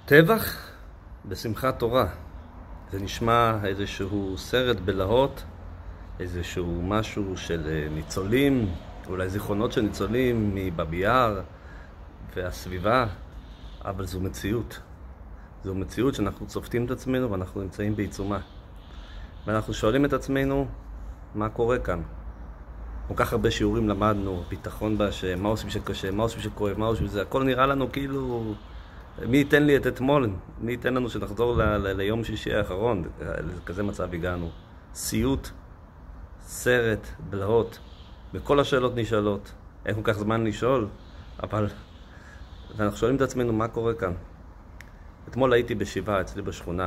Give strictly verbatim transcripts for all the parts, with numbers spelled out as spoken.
טבח בשמחת תורה. זה נשמע איזשהו סרט בלהות, איזשהו משהו של ניצולים, אולי זיכרונות של ניצולים מבאבי יאר והסביבה, אבל זו מציאות. זו מציאות שאנחנו צופטים את עצמנו ואנחנו נמצאים בעיצומה. ואנחנו שואלים את עצמנו, מה קורה כאן? כל כך הרבה שיעורים למדנו, ביטחון בהשם, מה עושים שקשה, מה עושים שכואב, מה עושים שזה, הכל נראה לנו כאילו, מי ייתן לי את אתמול? מי ייתן לנו שנחזור ל- ל- ליום שישי האחרון? לכזה מצב הגענו. סיוט, סרט, בלהות, וכל השאלות נשאלות. אין כל כך זמן לשאול, אבל... ואנחנו שואלים את עצמנו, מה קורה כאן? אתמול הייתי בשבעה אצלי בשכונה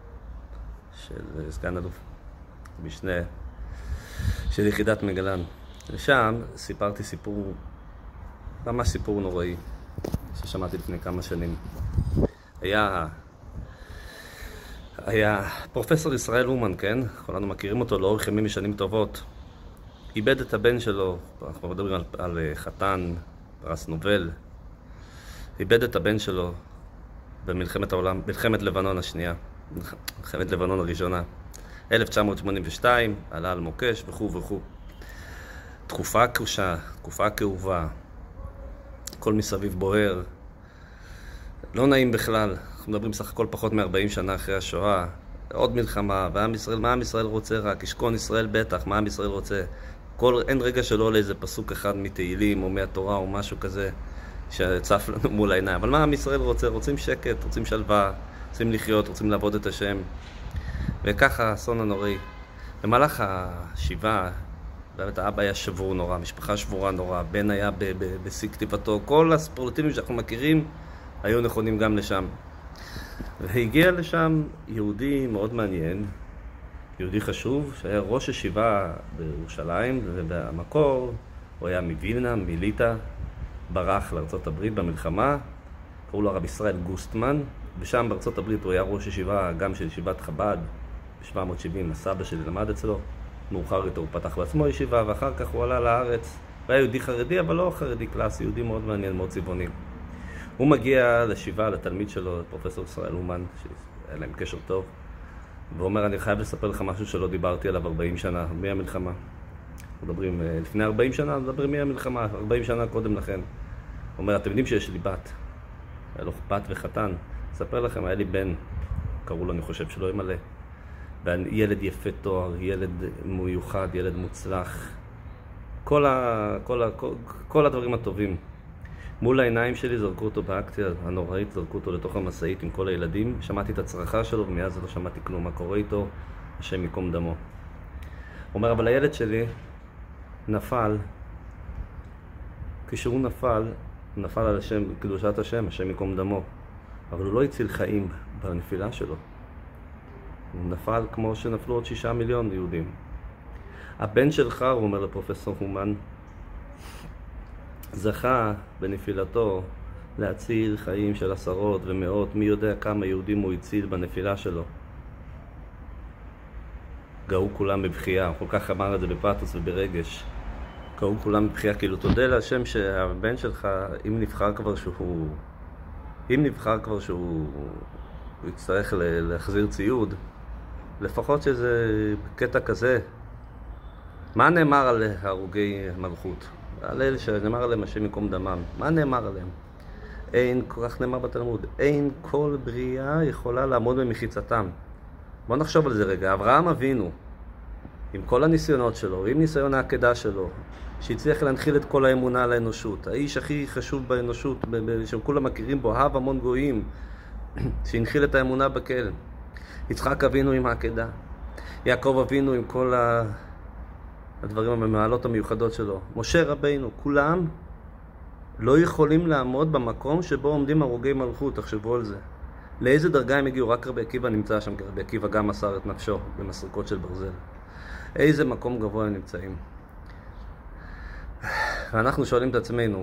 של סגן אלוף משנה של יחידת מגלן. ושם סיפרתי סיפור, ממש סיפור נוראי, ששמעתי לפני כמה שנים. היה, היה פרופסור ישראל אומן, כן? כולנו מכירים אותו לאורך ימים ושנים טובות. איבד את הבן שלו, אנחנו מדברים על, על חתן, פרס נובל. איבד את הבן שלו במלחמת העולם, מלחמת לבנון השנייה, מלחמת לבנון הראשונה. אלף תשע מאות שמונים ושתיים, עלה על מוקש וכו' וכו'. תקופה קשה, תקופה כאובה, כל מסביב בוער, לא נעים בכלל. אנחנו מדברים סך הכל פחות מ-ארבעים שנה אחרי השואה, עוד מלחמה, ועם ישראל, מה עם ישראל רוצה רק? ישכון ישראל בטח, מה עם ישראל רוצה? כל, אין רגע שלא עולה איזה פסוק אחד מתהילים או מהתורה או משהו כזה שצף לנו מול העיניים. אבל מה עם ישראל רוצה? רוצים שקט, רוצים שלווה, רוצים לחיות, רוצים לעבוד את השם. וככה האסון הנוראי. במהלך השבעה, באמת האבא היה שבור נורא, משפחה שבורה נורא, בן היה בשיא כתיבתו, כל הספורטיבים שאנחנו מכירים היו נכונים גם לשם. והגיע לשם יהודי מאוד מעניין, יהודי חשוב, שהיה ראש ישיבה בירושלים, ובמקור הוא היה מווילנה, מליטא, ברח לארצות הברית במלחמה, קראו לו הרב ישראל גוסטמן, ושם בארצות הברית הוא היה ראש ישיבה גם של ישיבת חב"ד, ב-שבע מאות שבעים, הסבא שלי למד אצלו, מאוחר יותר הוא פתח בעצמו ישיבה, ואחר כך הוא עלה לארץ, והיה יהודי חרדי, אבל לא חרדי קלאסי, יהודי מאוד מעניין, מאוד צבעוני. הוא מגיע לשבעה, לתלמיד שלו, פרופסור ישראל אומן, שהיה להם קשר טוב, ואומר, אני חייב לספר לך משהו שלא דיברתי עליו ארבעים שנה, מהמלחמה. מדברים, לפני ארבעים שנה, מדברים מהמלחמה, ארבעים שנה קודם לכן. הוא אומר, אתם יודעים שיש לי בת, היה לו בת וחתן, אספר לכם, היה לי בן, קראו לו, אני חושב שלא ימלא. ילד יפה תואר, ילד מיוחד, ילד מוצלח. כל, ה, כל, ה, כל, כל הדברים הטובים. מול העיניים שלי זרקו אותו באקציה הנוראית, זרקו אותו לתוך המסעית עם כל הילדים. שמעתי את הצרחה שלו ומאז לא שמעתי כלום מה קורה איתו, השם יקום דמו. הוא אומר, אבל הילד שלי נפל, כשהוא נפל, הוא נפל על השם, קדושת השם, השם יקום דמו. אבל הוא לא הציל חיים בנפילה שלו. הוא נפל כמו שנפלו עוד שישה מיליון יהודים. הבן שלך, הוא אומר לפרופסור אומן, זכה בנפילתו להציל חיים של עשרות ומאות, מי יודע כמה יהודים הוא הציל בנפילה שלו. גאו כולם בבחייה, הוא כל כך אמר את זה בפאתוס וברגש. גאו כולם בבחייה, כאילו תודה להשם שהבן שלך, אם נבחר כבר שהוא, אם נבחר כבר שהוא יצטרך להחזיר ציוד, לפחות שזה קטע כזה. מה נאמר על הרוגי מלכות? על אלה שנאמר עליהם השם יקום דמם. מה נאמר עליהם? אין, כל כך נאמר בתלמוד, אין כל בריאה יכולה לעמוד במחיצתם. בואו נחשוב על זה רגע. אברהם אבינו, עם כל הניסיונות שלו, עם ניסיון העקדה שלו, שהצליח להנחיל את כל האמונה לאנושות, האיש הכי חשוב באנושות, שכולם מכירים בו, אהב המון גויים, שהנחיל את האמונה בכל. יצחק אבינו עם העקדה, יעקב אבינו עם כל הדברים המעלות המיוחדות שלו, משה רבינו, כולם לא יכולים לעמוד במקום שבו עומדים הרוגי מלכות. תחשבו על זה. לאיזה דרגה הם הגיעו? רק רבי עקיבא נמצא שם, רבי עקיבא גם מסר את נפשו במסריקות של ברזל. איזה מקום גבוה הם נמצאים. ואנחנו שואלים את עצמנו,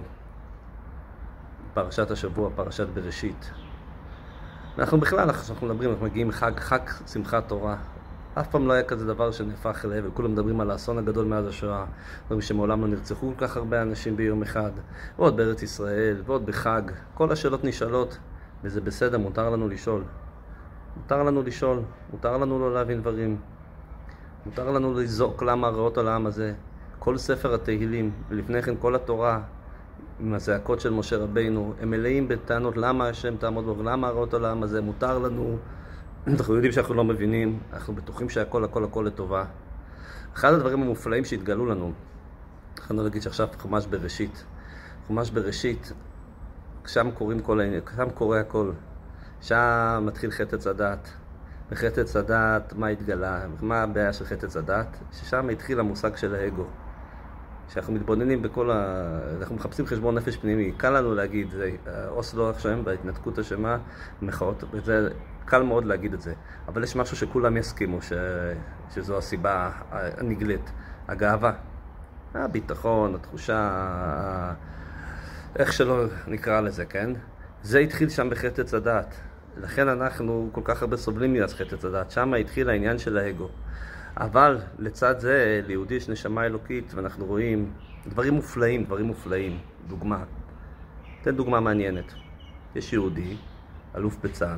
פרשת השבוע, פרשת בראשית, אנחנו בכלל, אנחנו מדברים, אנחנו מגיעים חג, חג שמחת תורה. אף פעם לא היה כזה דבר שנהפך אליהם, וכולם מדברים על האסון הגדול מאז השואה. דברים שמעולם לא נרצחו כל כך הרבה אנשים ביום אחד, ועוד בארץ ישראל, ועוד בחג. כל השאלות נשאלות, וזה בסדר, מותר לנו לשאול. מותר לנו לשאול, מותר לנו לא להבין דברים. מותר לנו לזעוק למה רעות על העם הזה. כל ספר התהילים, ולפני כן כל התורה, עם הזעקות של משה רבינו, הם מלאים בטענות למה השם תעמוד בו, למה רעות על העם הזה. מותר לנו, אנחנו יודעים שאנחנו לא מבינים, אנחנו בטוחים שהכל הכל הכל לטובה. אחד הדברים המופלאים שהתגלו לנו, יכולנו להגיד שעכשיו חומש בראשית. חומש בראשית, שם קוראים כל העניין, שם קורה הכל. שם מתחיל חטא הדת. בחטא הדת, מה התגלה? מה הבעיה של חטא הדת? ששם התחיל המושג של האגו. שאנחנו מתבוננים בכל ה... אנחנו מחפשים חשבון נפש פנימי. קל לנו להגיד, זה אוסלו השם, בהתנתקות השמה, מחאות, זה קל מאוד להגיד את זה. אבל יש משהו שכולם יסכימו, ש... שזו הסיבה הנגלית. הגאווה. הביטחון, התחושה, איך שלא נקרא לזה, כן? זה התחיל שם בחטא הדת. לכן אנחנו כל כך הרבה סובלים מחטא הדת. שם התחיל העניין של האגו. אבל לצד זה, ליהודי יש נשמה אלוקית, ואנחנו רואים דברים מופלאים, דברים מופלאים. דוגמה. תן דוגמה מעניינת. יש יהודי, אלוף בצה"ל,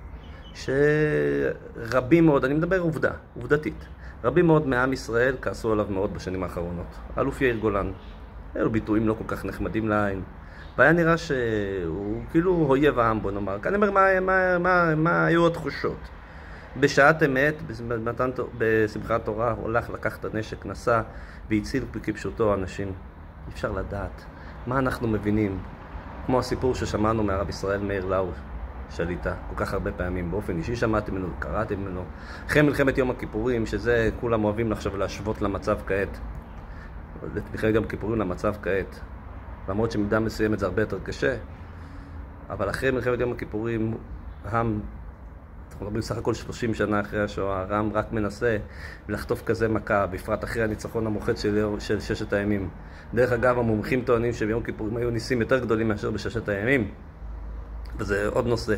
שרבים מאוד, אני מדבר עובדה, עובדתית. רבים מאוד מעם ישראל כעסו עליו מאוד בשנים האחרונות. אלוף יאיר גולן. אלו ביטויים לא כל כך נחמדים לעין. והיה נראה שהוא כאילו אויב העם, בוא נאמר. אני אומר, מה, מה, מה, מה היו התחושות? בשעת אמת, בשמחת תורה, הולך, לקח את הנשק, נסע והציל כפשוטו אנשים. אי אפשר לדעת. מה אנחנו מבינים? כמו הסיפור ששמענו מהרב ישראל מאיר לאו, שליטה, כל כך הרבה פעמים. באופן אישי שמעתי ממנו, קראתי ממנו. אחרי מלחמת יום הכיפורים, שזה כולם אוהבים לחשוב להשוות למצב כעת. לתמיכה גם כיפורים למצב כעת. למרות שמידה מסוימת זה הרבה יותר קשה. אבל אחרי מלחמת יום הכיפורים, העם, אנחנו מדברים סך הכל שלושים שנה אחרי השואה, העם רק מנסה לחטוף כזה מכה, בפרט אחרי הניצחון המוחץ של, של ששת הימים. דרך אגב, המומחים טוענים שביום כיפורים היו ניסים יותר גדולים מאשר בששת הימים. וזה עוד נושא.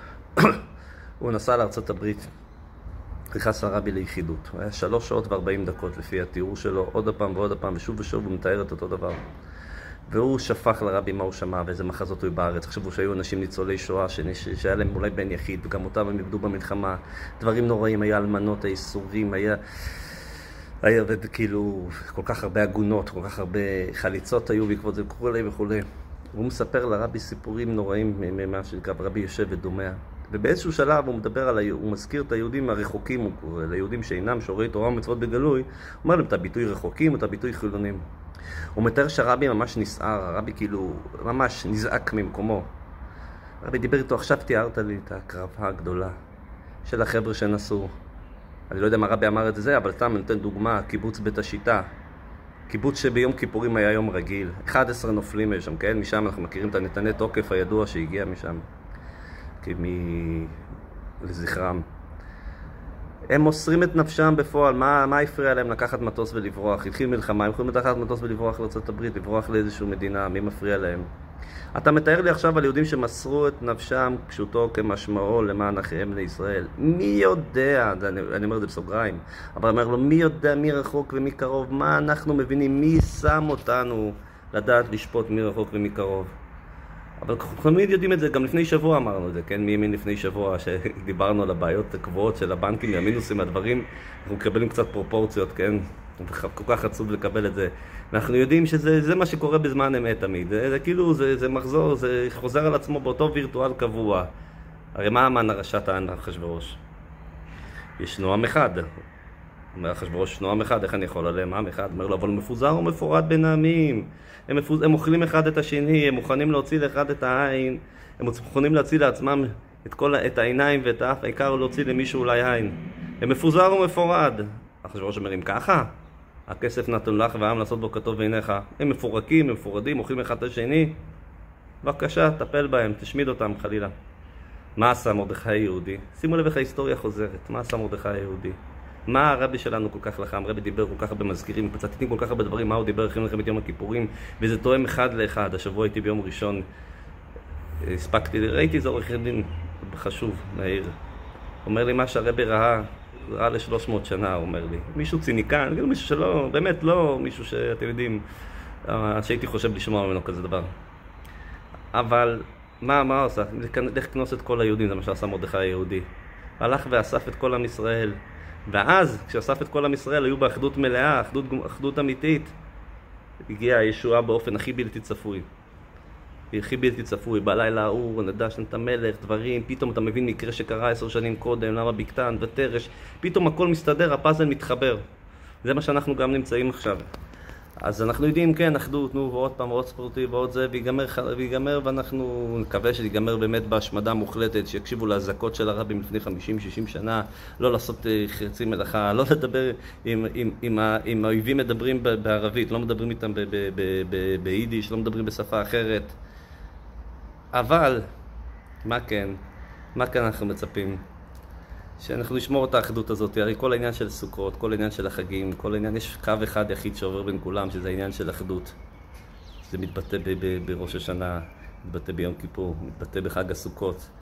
הוא נסע לארצות הברית. נכנס הרבי ליחידות. הוא היה שלוש שעות וארבעים דקות לפי התיאור שלו, עוד הפעם ועוד הפעם, ושוב ושוב הוא מתאר את אותו דבר. והוא שפך לרבי מה הוא שמע ואיזה מחזות הוא בארץ. חשבו שהיו אנשים ניצולי שואה שהיה להם אולי בן יחיד, וגם אותם הם איבדו במלחמה. דברים נוראים, היה אלמנות, האיסורים, היה... היה כאילו כל כך הרבה עגונות, כל כך הרבה חליצות היו בעקבות זה וכו' וכו'. הוא מספר לרבי סיפורים נוראים ממה שנקרא, רבי יושב ודומע. ובאיזשהו שלב הוא מדבר על, הוא מזכיר את היהודים הרחוקים, הוא קורא, ליהודים שאינם שומרי תורה ומצוות בגלוי, הוא אומר להם את הביטוי רחוקים או את הביטוי חילונים. הוא מתאר שהרבי ממש נסער, הרבי כאילו ממש נזעק ממקומו. הרבי דיבר איתו, עכשיו תיארת לי את הקרבה הגדולה של החבר'ה שנסעו. אני לא יודע מה הרבי אמר את זה, אבל סתם נותן דוגמה, קיבוץ בית השיטה. קיבוץ שביום כיפורים היה יום רגיל. אחד עשר נופלים היו שם, כן? משם אנחנו מכירים את הנתני תוקף הידוע שהגיע משם. מ... לזכרם. הם מוסרים את נפשם בפועל. מה, מה הפריע להם לקחת מטוס ולברוח? התחיל מלחמה, הם יכולים לקחת מטוס ולברוח לארצות הברית, לברוח לאיזושהי מדינה, מי מפריע להם? אתה מתאר לי עכשיו על יהודים שמסרו את נפשם פשוטו כמשמעו למען אחיהם לישראל. מי יודע, אני, אני אומר את זה בסוגריים, אבל אני אומר לו, מי יודע מי רחוק ומי קרוב? מה אנחנו מבינים? מי שם אותנו לדעת לשפוט מי רחוק ומי קרוב? אבל אנחנו תמיד יודעים את זה, גם לפני שבוע אמרנו את זה, כן? מימין לפני שבוע שדיברנו על הבעיות הקבועות של הבנקים, המינוסים, הדברים, אנחנו מקבלים קצת פרופורציות, כן? כל כך עצוב לקבל את זה. אנחנו יודעים שזה זה מה שקורה בזמן אמת תמיד. זה, זה כאילו, זה, זה מחזור, זה חוזר על עצמו באותו וירטואל קבוע. הרי מה המן הרשע טען אחשוורוש? ישנו עם אחד. אומר אחשוורוש, ישנו עם אחד, איך אני יכול עליהם עם אחד? אומר לו, אבל מפוזר ומפורד בין העמים. הם, מפוז... הם אוכלים אחד את השני, הם מוכנים להוציא לאחד את העין, הם מוכנים להוציא לעצמם את, כל... את העיניים ואת האף, העיקר להוציא למישהו אולי עין. הם מפוזר ומפורד. אחשוורוש אומר, אם ככה, הכסף נתון לך והעם לעשות בו כתוב בעיניך. הם מפורקים, הם מפורדים, אוכלים אחד את השני. בבקשה, טפל בהם, תשמיד אותם חלילה. מה עשה מרדכי היהודי? שימו לב איך ההיסטוריה חוזרת. מה עשה מרדכי היהודי? מה הרבי שלנו כל כך לחם? הרבי דיבר כל כך הרבה מזכירים, מצטטים כל כך הרבה דברים, מה הוא דיבר אחרי מלחמת יום הכיפורים, וזה תואם אחד לאחד. השבוע הייתי ביום ראשון, הספקתי, ראיתי איזה עורך דין חשוב מהעיר. אומר לי מה שהרבי ראה, ראה ל-שלוש מאות שנה, הוא אומר לי. מישהו ציניקן, כאילו מישהו שלא, באמת לא מישהו שאתם יודעים, שהייתי חושב לשמוע ממנו כזה דבר. אבל מה, מה עושה? לך כנוס את כל היהודים, זה מה שעשה מרדכי היהודי. הלך ואסף את כל עם ישראל. ואז, כשאסף את כל עם ישראל, היו באחדות מלאה, אחדות, אחדות אמיתית. הגיעה הישועה באופן הכי בלתי צפוי. הכי בלתי צפוי, בלילה ההוא, נדש, נתה מלך, דברים, פתאום אתה מבין מקרה שקרה עשר שנים קודם, למה בקתן ותרש, פתאום הכל מסתדר, הפאזל מתחבר. זה מה שאנחנו גם נמצאים עכשיו. אז אנחנו יודעים, כן, אחדות, נו, ועוד פעם, ועוד ספורטי, ועוד זה, ויגמר, ויגמר, ואנחנו נקווה שיגמר באמת בהשמדה מוחלטת, שיקשיבו להזעקות של הרבים לפני חמישים שישים שנה, לא לעשות חצי מלאכה, לא לדבר, אם, אם, אם, אם האויבים מדברים בערבית, לא מדברים איתם ביידיש, לא מדברים בשפה אחרת. אבל, מה כן? מה כן אנחנו מצפים? שאנחנו נשמור את האחדות הזאת. הרי כל העניין של סוכות, כל העניין של החגים, כל העניין, יש קו אחד יחיד שעובר בין כולם, שזה העניין של אחדות. זה מתבטא ב- ב- בראש השנה, מתבטא ביום כיפור, מתבטא בחג הסוכות.